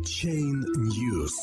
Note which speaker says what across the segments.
Speaker 1: Chain News.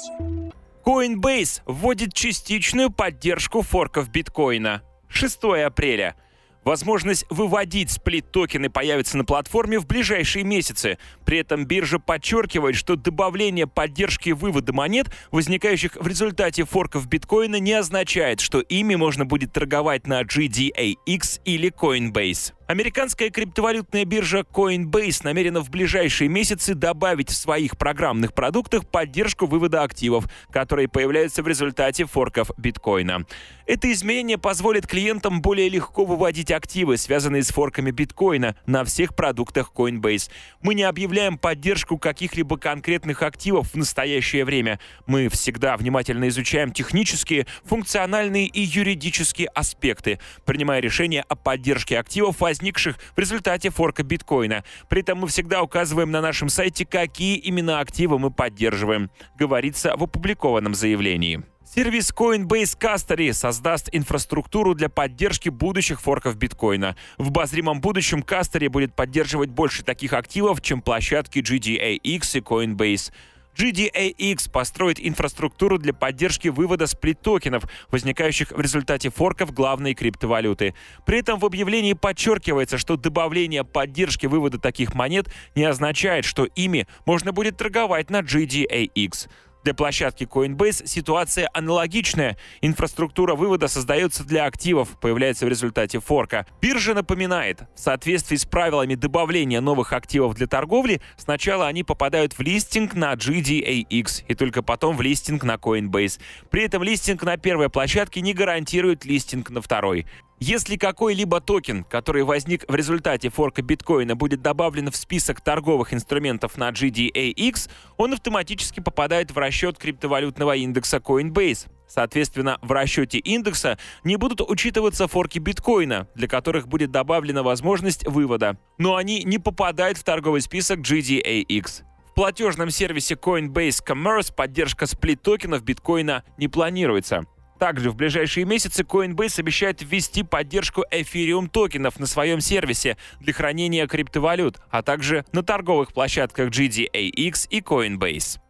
Speaker 2: Coinbase вводит частичную поддержку форков биткоина. 6 апреля. Возможность выводить сплит-токены появится на платформе в ближайшие месяцы. При этом биржа подчеркивает, что добавление поддержки вывода монет, возникающих в результате форков биткоина, не означает, что ими можно будет торговать на GDAX или Coinbase. Американская криптовалютная биржа Coinbase намерена в ближайшие месяцы добавить в своих программных продуктах поддержку вывода активов, которые появляются в результате форков биткоина. Это изменение позволит клиентам более легко выводить активы, связанные с форками биткоина, на всех продуктах Coinbase. Мы не объявляем поддержку каких-либо конкретных активов в настоящее время. Мы всегда внимательно изучаем технические, функциональные и юридические аспекты, принимая решения о поддержке активов, возникших в результате форка биткоина. При этом мы всегда указываем на нашем сайте, какие именно активы мы поддерживаем, говорится в опубликованном заявлении. Сервис Coinbase Custody создаст инфраструктуру для поддержки будущих форков биткоина. В обозримом будущем Custody будет поддерживать больше таких активов, чем площадки GDAX и Coinbase. GDAX построит инфраструктуру для поддержки вывода сплит-токенов, возникающих в результате форков главной криптовалюты. При этом в объявлении подчеркивается, что добавление поддержки вывода таких монет не означает, что ими можно будет торговать на GDAX. Для площадки Coinbase ситуация аналогичная. Инфраструктура вывода создается для активов, появляется в результате форка. Биржа напоминает, в соответствии с правилами добавления новых активов для торговли, сначала они попадают в листинг на GDAX и только потом в листинг на Coinbase. При этом листинг на первой площадке не гарантирует листинг на второй. Если какой-либо токен, который возник в результате форка биткоина, будет добавлен в список торговых инструментов на GDAX, он автоматически попадает в расчет криптовалютного индекса Coinbase. Соответственно, в расчете индекса не будут учитываться форки биткоина, для которых будет добавлена возможность вывода. Но они не попадают в торговый список GDAX. В платежном сервисе Coinbase Commerce поддержка сплит-токенов биткоина не планируется. Также в ближайшие месяцы Coinbase обещает ввести поддержку Ethereum токенов на своем сервисе для хранения криптовалют, а также на торговых площадках GDAX и Coinbase.